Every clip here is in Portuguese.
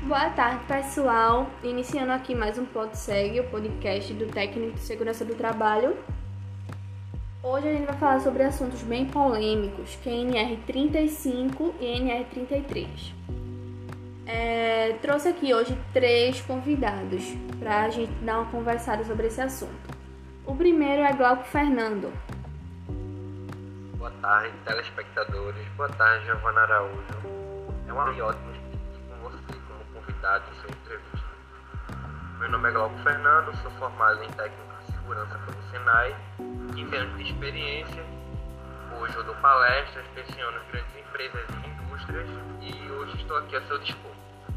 Boa tarde, pessoal. Iniciando aqui mais um PodSeg, o podcast do Técnico de Segurança do Trabalho. Hoje a gente vai falar sobre assuntos bem polêmicos, que é NR35 e NR33. Trouxe aqui hoje 3 convidados para a gente dar uma conversada sobre esse assunto. O primeiro é Glauco Fernando. Boa tarde, telespectadores. Boa tarde, Giovana Araújo. É uma ótima estar aqui com você como convidado em sua entrevista. Meu nome é Glauco Fernando, sou formado em técnico de segurança pelo Senai, 15 anos de experiência. Hoje eu dou palestras, pressiono grandes empresas e indústrias e hoje estou aqui a seu dispor.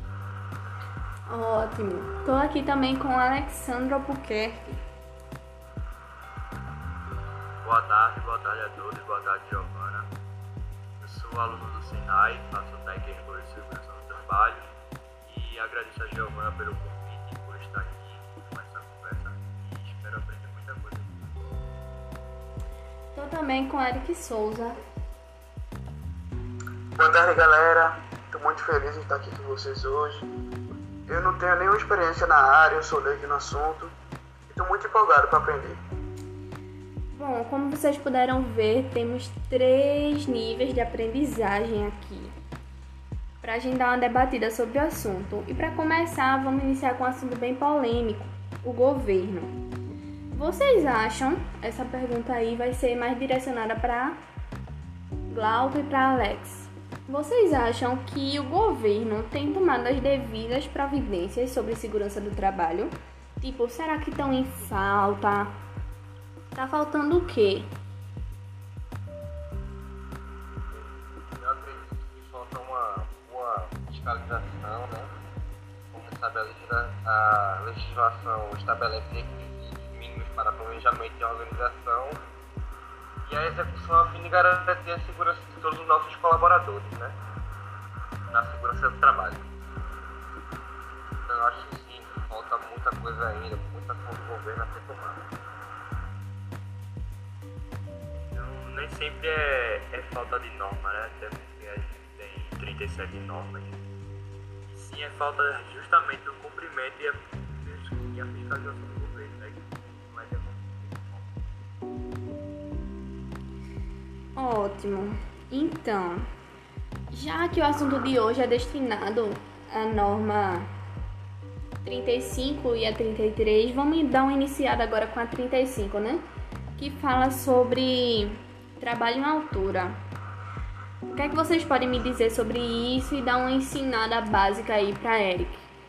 Ótimo. Estou aqui também com a Alexandra Albuquerque. Boa tarde a todos, boa tarde, Giovana. Eu sou aluno do Senai, faço técnico de segurança do trabalho e agradeço a Giovana pelo convite por estar aqui com essa conversa e espero aprender muita coisa. Estou também com Eric Souza. Boa tarde, galera. Estou muito feliz em estar aqui com vocês hoje. Eu não tenho nenhuma experiência na área, eu sou leigo no assunto e estou muito empolgado para aprender. Bom, como vocês puderam ver, temos 3 níveis de aprendizagem aqui, para a gente dar uma debatida sobre o assunto. E para começar, vamos iniciar com um assunto bem polêmico, o governo. Vocês acham, essa pergunta aí vai ser mais direcionada para Glauco e para Alex. Vocês acham que o governo tem tomado as devidas providências sobre segurança do trabalho? Tipo, será que estão em falta? Tá faltando o quê? Eu acredito que falta uma boa fiscalização, né? Como sabe, a legislação estabelece requisitos mínimos para planejamento e organização e a execução a fim de garantir a segurança de todos os nossos colaboradores, né? Na segurança do trabalho. Então eu acho que sim, falta muita coisa ainda, muita ação do governo a ser tomada. Nem sempre é falta de norma, né? Até porque a gente tem 37 normas. E sim, é falta justamente do cumprimento e a fiscalização do governo, né? Que não é Ótimo. Então, já que o assunto de hoje é destinado à norma 35 e a 33, vamos dar uma iniciada agora com a 35, né? Que fala sobre trabalho em altura. O que é que vocês podem me dizer sobre isso e dar uma ensinada básica aí para Eric?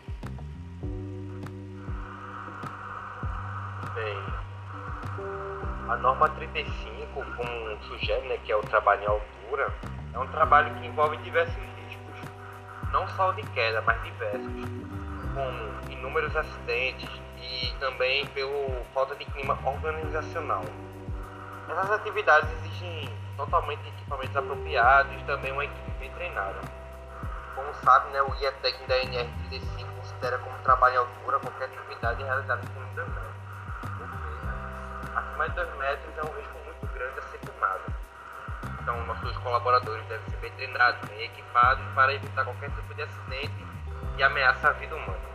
Bem, a norma 35, como sugere, né, que é o trabalho em altura, é um trabalho que envolve diversos riscos, não só de queda, mas diversos, como inúmeros acidentes e também pela falta de clima organizacional. Essas atividades exigem totalmente equipamentos apropriados e também uma equipe bem treinada. Como sabe, né, o guia técnico da NR35 considera como trabalho em altura qualquer atividade realizada acima de 2 metros. Ou seja, acima de 2 metros é um risco muito grande a ser tomado. Então, nossos colaboradores devem ser bem treinados, bem equipados para evitar qualquer tipo de acidente e ameaça à vida humana.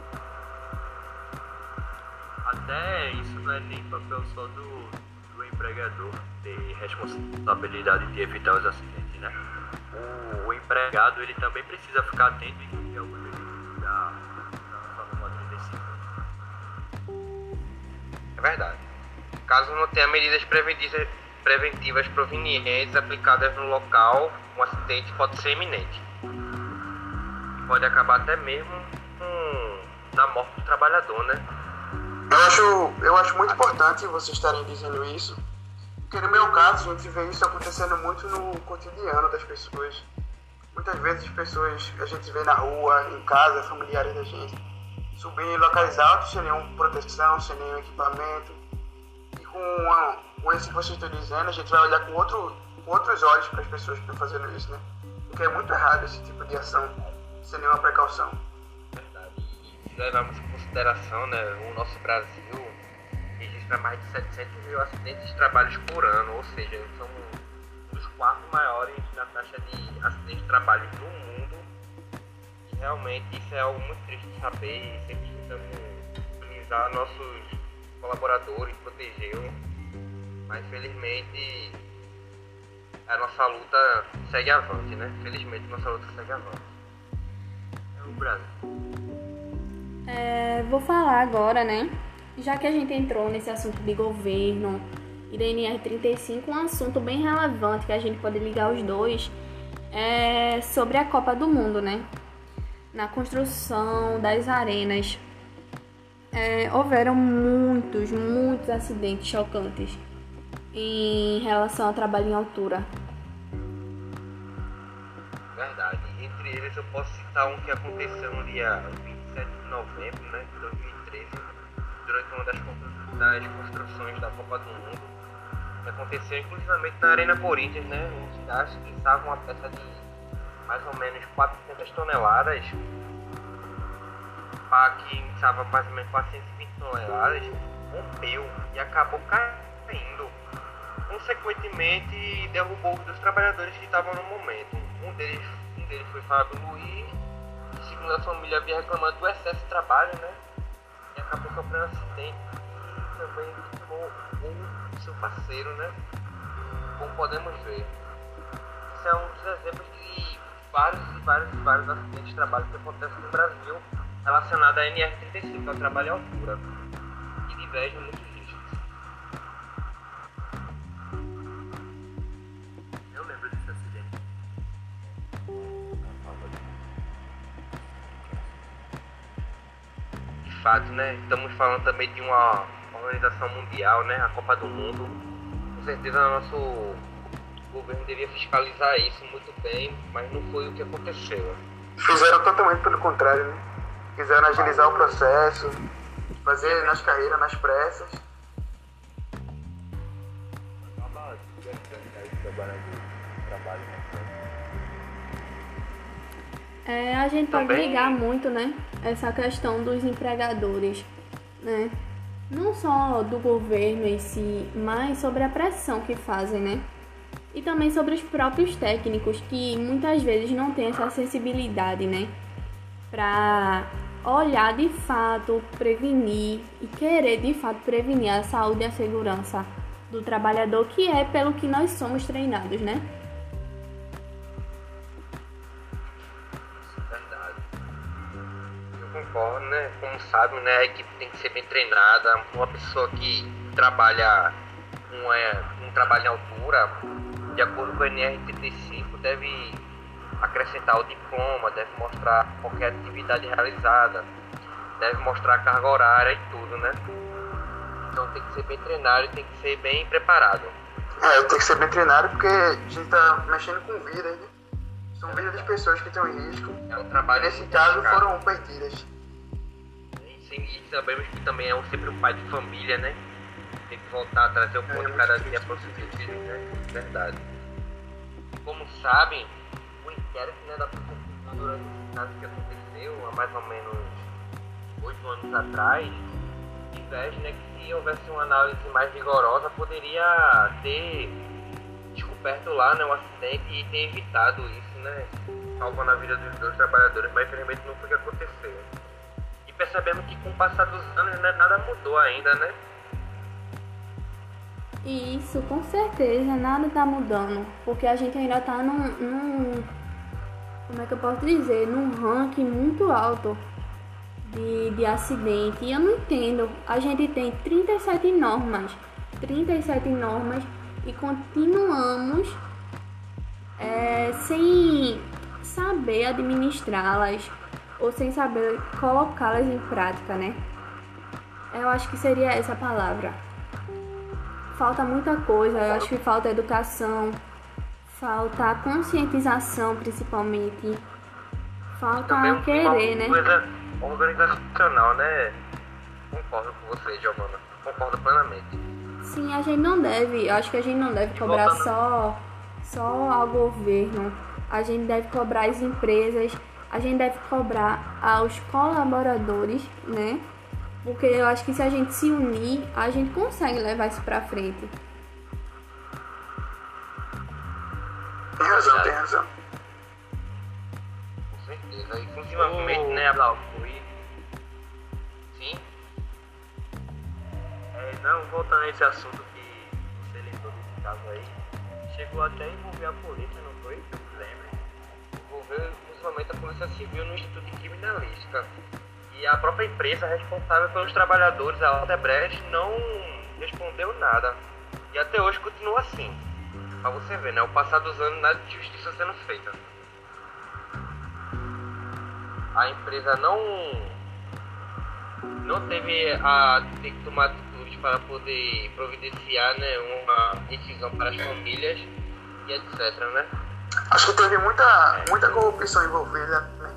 Até isso não é nem papel só do empregador ter responsabilidade de evitar os acidentes, né? O empregado ele também precisa ficar atento e cumprir alguns requisitos da norma 35. É verdade. Caso não tenha medidas preventivas provenientes aplicadas no local, um acidente pode ser iminente. E pode acabar até mesmo na morte do trabalhador, né? Eu acho muito importante vocês estarem dizendo isso, porque no meu caso a gente vê isso acontecendo muito no cotidiano das pessoas. Muitas vezes a gente vê na rua, em casa, familiares da gente, subindo em locais altos sem nenhuma proteção, sem nenhum equipamento. E com isso que vocês estão dizendo, a gente vai olhar com outros olhos para as pessoas que estão fazendo isso, né? Porque é muito errado esse tipo de ação, sem nenhuma precaução. Se levarmos em consideração, né, o nosso Brasil registra mais de 700 mil acidentes de trabalho por ano, ou seja, são um dos 4 maiores na taxa de acidentes de trabalho do mundo realmente isso é algo muito triste de saber e sempre tentamos utilizar nossos colaboradores, protegê-los, mas felizmente a nossa luta segue avante, né? Felizmente nossa luta segue avante. É o Brasil. Vou falar agora, né? Já que a gente entrou nesse assunto de governo e da NR35, um assunto bem relevante que a gente pode ligar os dois é sobre a Copa do Mundo, né? Na construção das arenas, houveram muitos acidentes chocantes em relação ao trabalho em altura. Verdade. Entre eles eu posso citar um que aconteceu no dia 27 de novembro, né, de 2013, durante uma das construções da Copa do Mundo, que aconteceu inclusivamente na Arena Corinthians, né, os cidades que estavam uma peça de mais ou menos 400 toneladas, que estava mais ou menos 420 toneladas, rompeu e acabou caindo. Consequentemente, derrubou os trabalhadores que estavam no momento. Um deles foi Fábio Luiz, segundo a família havia reclamado do excesso de trabalho, né? E acabou sofrendo um acidente e também vitimou o seu parceiro, né? Como podemos ver. Isso é um dos exemplos de vários acidentes de trabalho que acontecem no Brasil relacionado à NR35, ao trabalho à altura, que divergem muitos riscos. Eu lembro desse acidente. De fato, né? Estamos falando também de uma organização mundial, né? A Copa do Mundo. Com certeza nosso governo devia fiscalizar isso muito bem, mas não foi o que aconteceu. Fizeram totalmente pelo contrário, né? Quiseram agilizar o processo, fazer nas carreiras, nas pressas. A gente pode ligar muito, né, essa questão dos empregadores, né? Não só do governo em si, mas sobre a pressão que fazem, né? E também sobre os próprios técnicos, que muitas vezes não têm essa sensibilidade, né? Para olhar de fato, prevenir e querer de fato prevenir a saúde e a segurança do trabalhador, que é pelo que nós somos treinados, né? Verdade. Eu concordo, né? Como sabe, né? A equipe tem que ser bem treinada. Uma pessoa que trabalha um trabalho em altura, de acordo com a NR35, deve acrescentar o diploma, deve mostrar qualquer atividade realizada, deve mostrar a carga horária e tudo, né? Então tem que ser bem treinado e tem que ser bem preparado. Tem que ser bem treinado porque a gente tá mexendo com vidas, né? São vidas de pessoas que estão em risco. É um trabalho. Nesse caso foram perdidas. E sabemos que também é sempre um pai de família, né? Tem que voltar a trazer o pão de cada dia para os filhos, né? Verdade. Como sabem, o inquérito, né, da prefeitura desse caso que aconteceu há mais ou menos 8 anos atrás, diverge, né, que se houvesse uma análise mais rigorosa poderia ter descoberto lá, né, um acidente e ter evitado isso, né, salvando a vida dos dois trabalhadores, mas infelizmente não foi o que aconteceu. E percebemos que com o passar dos anos, né, nada mudou ainda, né? Isso, com certeza, nada tá mudando, porque a gente ainda tá num como é que eu posso dizer, num ranking muito alto de acidente. E eu não entendo, a gente tem 37 normas e continuamos sem saber administrá-las ou sem saber colocá-las em prática, né? Eu acho que seria essa a palavra. Falta muita coisa, eu acho que falta educação, falta conscientização principalmente, falta querer, né? Coisa organizacional, né? Concordo com você, Giovana, concordo plenamente. Sim, a gente não deve, eu acho que a gente não deve cobrar só ao governo, a gente deve cobrar as empresas, a gente deve cobrar aos colaboradores, né? Porque eu acho que se a gente se unir, a gente consegue levar isso pra frente. Tem razão. Com certeza. E principalmente, né, Blau, foi. sim, Não, voltando a esse assunto que você lembrou desse caso aí, chegou até a envolver a polícia, não foi? Eu me lembro. envolveu principalmente a Polícia Civil no Instituto de Criminalística. E a própria empresa responsável pelos trabalhadores, a Odebrecht, não respondeu nada. E até hoje continua assim. Pra você ver, né? O passar dos anos, nada de justiça sendo feita. A empresa não teve a ter que tomar atitudes para poder providenciar, né, uma decisão para as famílias e etc, né? Acho que teve muita corrupção envolvida, né?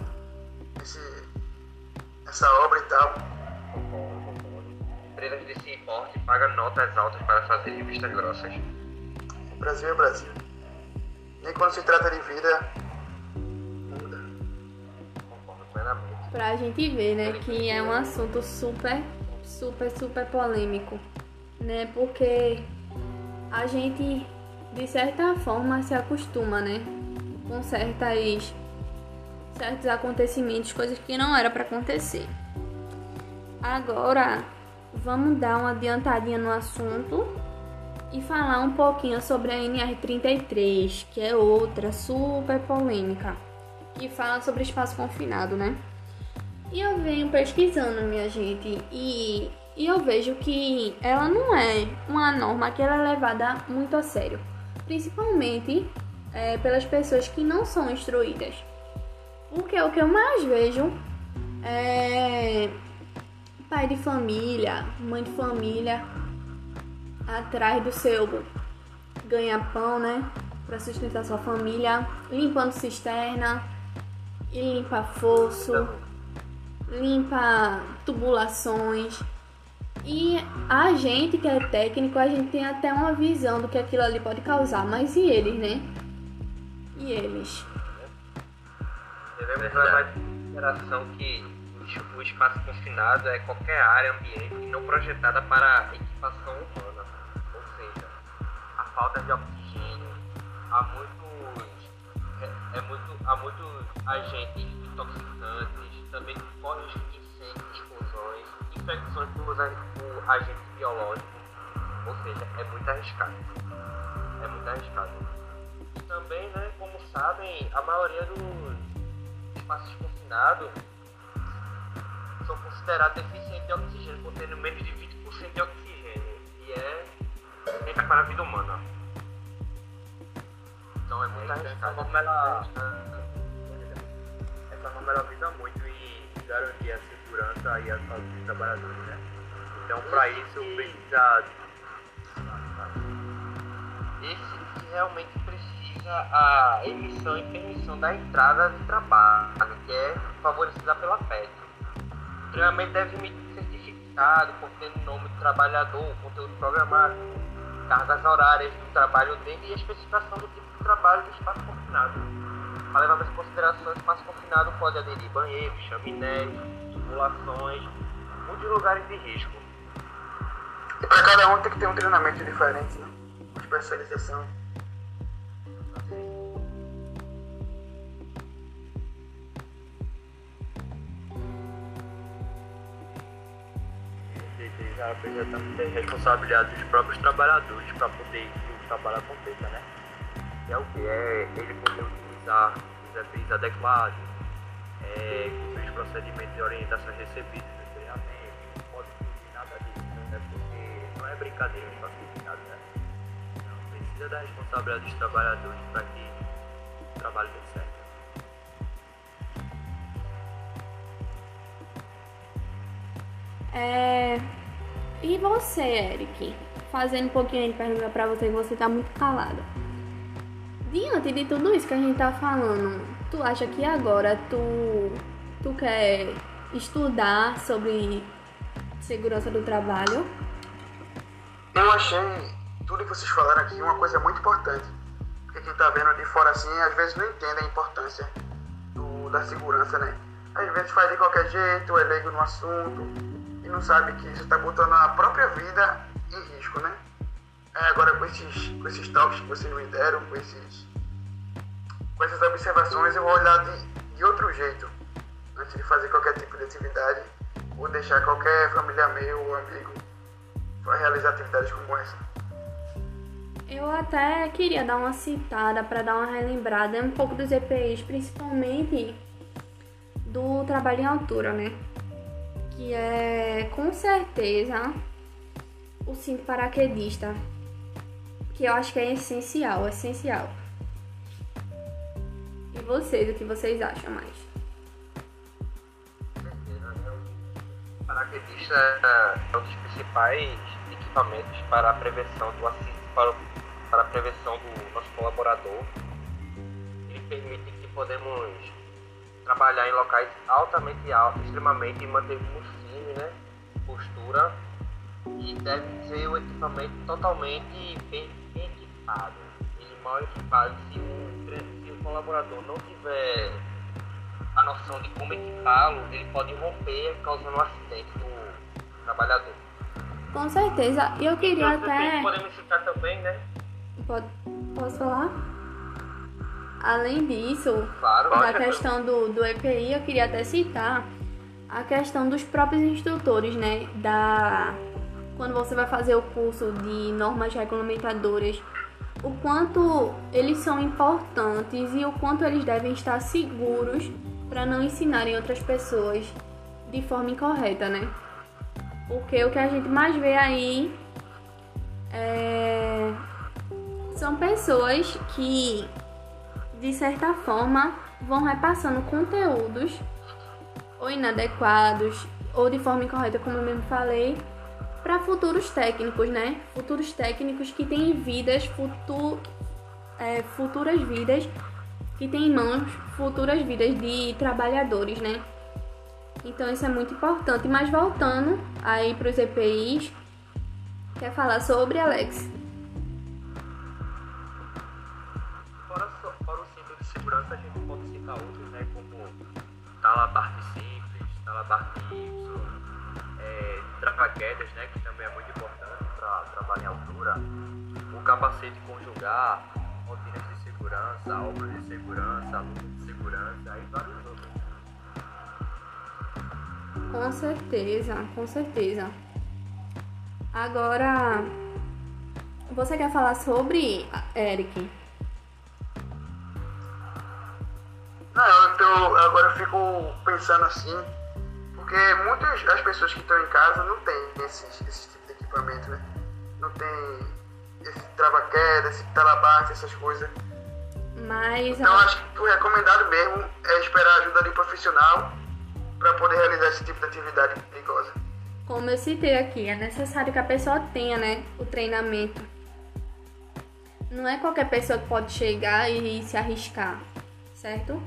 Essa obra e tal. Empresas desse porte pagam notas altas para fazer revistas grossas. O Brasil é Brasil. Nem quando se trata de vida, muda. Concordo plenamente. Pra gente ver, né, que é um assunto super polêmico, né, porque a gente, de certa forma, se acostuma, né, com certos acontecimentos, coisas que não era pra acontecer. Agora, vamos dar uma adiantadinha no assunto e falar um pouquinho sobre a NR33, que é outra super polêmica, que fala sobre espaço confinado, né? E eu venho pesquisando, minha gente, e eu vejo que ela não é uma norma que ela é levada muito a sério, principalmente pelas pessoas que não são instruídas. Porque o que eu mais vejo é pai de família, mãe de família, atrás do seu ganha-pão, né? Pra sustentar sua família, limpando cisterna, e limpa fosso, limpa tubulações. E a gente que é técnico, a gente tem até uma visão do que aquilo ali pode causar. Mas e eles, né? E eles? Devemos levar em consideração que o espaço confinado é qualquer área, ambiente não projetada para equipação humana. Ou seja, a falta de oxigênio, há muitos agentes intoxicantes, também corre risco de incêndios, explosões, infecções por agentes biológicos. Ou seja, é muito arriscado. E também, né, como sabem, a maioria dos espaços confinados são considerados deficientes de oxigênio, contendo menos de 20% de oxigênio, e é para a vida humana. Então é muito arriscado. Essa norma ela visa muito em garantir a segurança e a saúde dos trabalhadores, né? Então, para isso, precisa... Esse que realmente precisa a emissão e permissão da entrada de trabalho, que é favorecida pela PET. Primeiramente deve emitir certificado contendo o nome do trabalhador, conteúdo programático, cargas horárias do trabalho dele e a especificação do tipo de trabalho do espaço confinado. Para levar em consideração, o espaço confinado pode aderir banheiros, chaminés, tubulações, muitos lugares de risco. E para cada um tem que ter um treinamento diferente, né? Uma especialização. Ela precisa também ter responsabilidade dos próprios trabalhadores para poder que o trabalho aconteça, né? Que é o que? É ele poder utilizar os EPIs adequados, cumprir os procedimentos de orientações recebidas no treinamento, não pode cumprir nada disso, né? Porque não é brincadeira o espaço confinado, né? Então precisa da responsabilidade dos trabalhadores para que o trabalho dê certo. E você, Eric? Fazendo um pouquinho de pergunta pra você, que você tá muito calado. Diante de tudo isso que a gente tá falando, tu acha que agora tu quer estudar sobre segurança do trabalho? Eu achei tudo que vocês falaram aqui uma coisa muito importante. Porque quem tá vendo de fora assim, às vezes não entende a importância da segurança, né? Às vezes faz de qualquer jeito, é leigo no assunto e não sabe que isso está botando a própria vida em risco, né? Agora com esses toques que vocês me deram, com essas observações, eu vou olhar de outro jeito antes de fazer qualquer tipo de atividade ou deixar qualquer familiar meu ou amigo realizar atividades como essa. Eu até queria dar uma citada para dar uma relembrada um pouco dos EPIs, principalmente do trabalho em altura, né? Que é com certeza o cinto paraquedista, que eu acho que é essencial. E vocês, o que vocês acham mais? O paraquedista é um dos principais equipamentos para a prevenção do acidente, para a prevenção do nosso colaborador. Ele permite que podemos trabalhar em locais altamente altos, extremamente, e mantermos firme, né, postura, e deve ser um equipamento totalmente bem equipado. Ele mal equipado, se o colaborador não tiver a noção de como equipá-lo, ele pode romper, causando um acidente do trabalhador. Com certeza. E eu queria até... Podemos citar também, né? Posso falar? Além disso, Claro, da questão do EPI, eu queria até citar a questão dos próprios instrutores, né? Quando você vai fazer o curso de normas regulamentadoras, o quanto eles são importantes e o quanto eles devem estar seguros para não ensinarem outras pessoas de forma incorreta, né? Porque o que a gente mais vê aí são pessoas que, de certa forma, vão repassando conteúdos ou inadequados ou de forma incorreta, como eu mesmo falei, para futuros técnicos, né? Futuros técnicos que têm futuras vidas, que têm em mãos futuras vidas de trabalhadores, né? Então isso é muito importante. Mas voltando aí para os EPIs, quer falar sobre, Alex? Fora o cinto de segurança, a gente pode citar outros, né? Como talabarte simples, talabarte Y, trava-quedas, né? Que também é muito importante para trabalhar em altura. O capacete conjugar, rotinas de segurança, óculos de segurança, luvas de segurança, aí vários outros. Com certeza. Agora, você quer falar sobre, Eric? Não, agora eu fico pensando assim, porque muitas as pessoas que estão em casa não têm esse tipo de equipamento, né? Não tem esse trava-queda, esse talabarte, essas coisas. Mas Então acho que o recomendado mesmo é esperar a ajuda de um profissional para poder realizar esse tipo de atividade perigosa. como eu citei aqui, é necessário que a pessoa tenha, né, o treinamento. Não é qualquer pessoa que pode chegar e se arriscar, certo?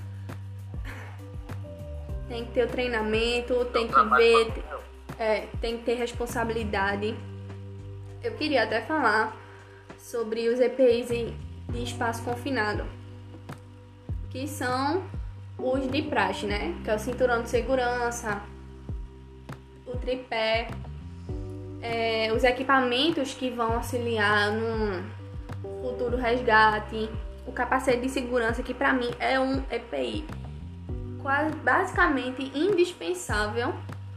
Tem que ter o treinamento, tem que ver, tem que ter responsabilidade. Eu queria até falar sobre os EPIs de espaço confinado, que são os de praxe, né? Que é o cinturão de segurança, o tripé, os equipamentos que vão auxiliar no futuro resgate, o capacete de segurança, que para mim é um EPI quase basicamente indispensável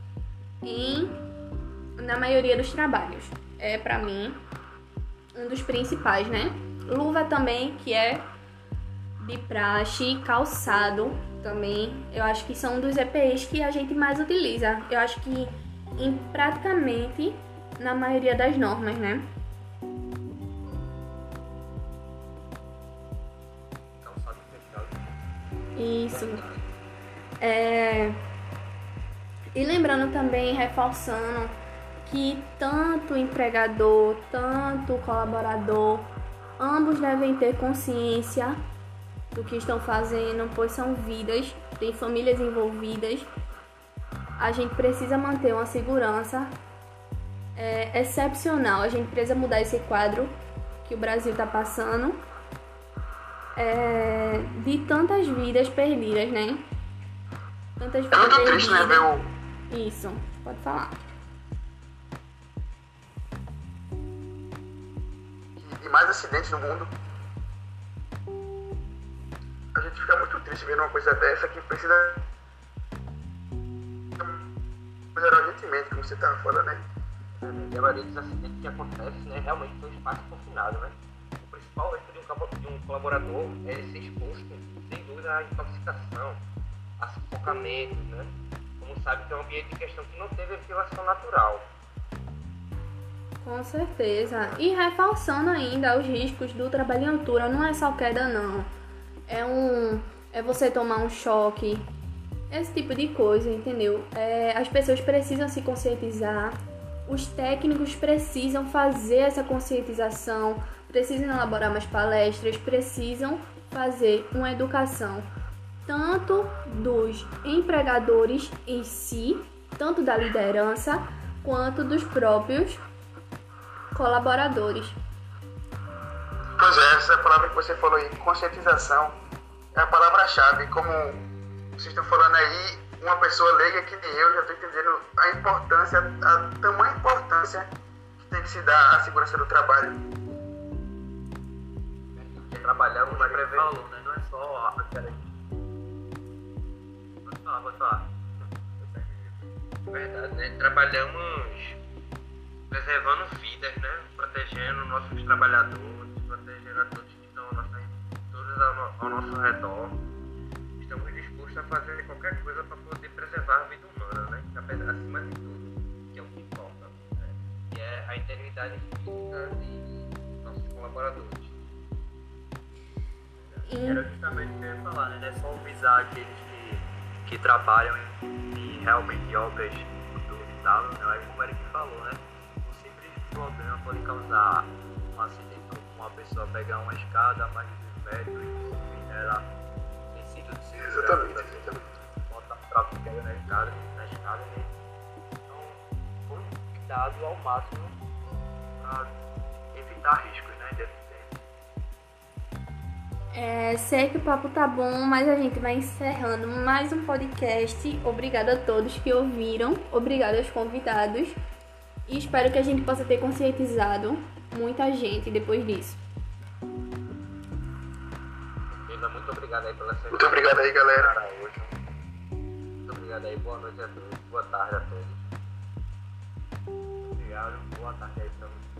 na maioria dos trabalhos. É para mim um dos principais, né? Luva também, que é de praxe, calçado também. Eu acho que são um dos EPIs que a gente mais utiliza. Eu acho que em praticamente na maioria das normas, né? Calçado fechado. Isso. E lembrando também, reforçando, que tanto o empregador, tanto o colaborador, ambos devem ter consciência do que estão fazendo, pois são vidas, tem famílias envolvidas. A gente precisa manter uma segurança excepcional. A gente precisa mudar esse quadro que o Brasil está passando, de tantas vidas perdidas, né? Tantas vidas muito triste, né, ver Isso, pode falar. e mais acidentes no mundo. A gente gente fica muito triste vendo uma coisa dessa que precisa melhorar urgentemente, como você estava falando, né? E a maioria dos acidentes que acontecem, né, realmente são espaço confinado, né? O principal risco de um colaborador é ele ser exposto, sem dúvida, à intoxicação, a sufocamento, né? Como sabe que é um ambiente de questão que não tem ventilação natural. Com certeza. E reforçando ainda os riscos do trabalho em altura, não é só queda não. É você tomar um choque, esse tipo de coisa, entendeu? As pessoas precisam se conscientizar, os técnicos precisam fazer essa conscientização, precisam elaborar mais palestras, precisam fazer uma educação tanto dos empregadores em si, tanto da liderança, quanto dos próprios colaboradores. Pois é, essa palavra que você falou aí, conscientização, é a palavra-chave. Como vocês estão falando aí, uma pessoa leiga que nem eu já estou entendendo a importância, a tamanha importância que tem que se dar à segurança do trabalho. Trabalhamos Como para ele prevenir. falou, né? Não é só aquela. Pode falar. Verdade, né? Trabalhamos preservando vidas, né? Protegendo nossos trabalhadores, protegendo a todos que estão todos ao nosso redor. Estamos dispostos a fazer qualquer coisa para poder preservar a vida humana, né? Acima de tudo, que é o que importa, né? Que é a integridade física de nossos colaboradores. Era justamente o que eu ia falar, né? Não é só visar aqueles que trabalham em realmente obras utilizáveis, né? Como o Eric falou, né? Um simples problema pode causar um acidente, como uma pessoa pegar uma escada a mais de 2 metros e subir nela sem cinto de segurança. Exatamente. Botar um trapo que pega na escada, né? Então, foi cuidado ao máximo para evitar riscos, né? De acidente. Sei que o papo tá bom, mas a gente vai encerrando mais um podcast. Obrigada a todos que ouviram, obrigada aos convidados e espero que a gente possa ter conscientizado muita gente depois disso. Muito obrigado aí pela sua Muito obrigado aí, galera. hoje. Muito obrigado aí, boa noite a todos, boa tarde a todos. Obrigado, boa tarde aí para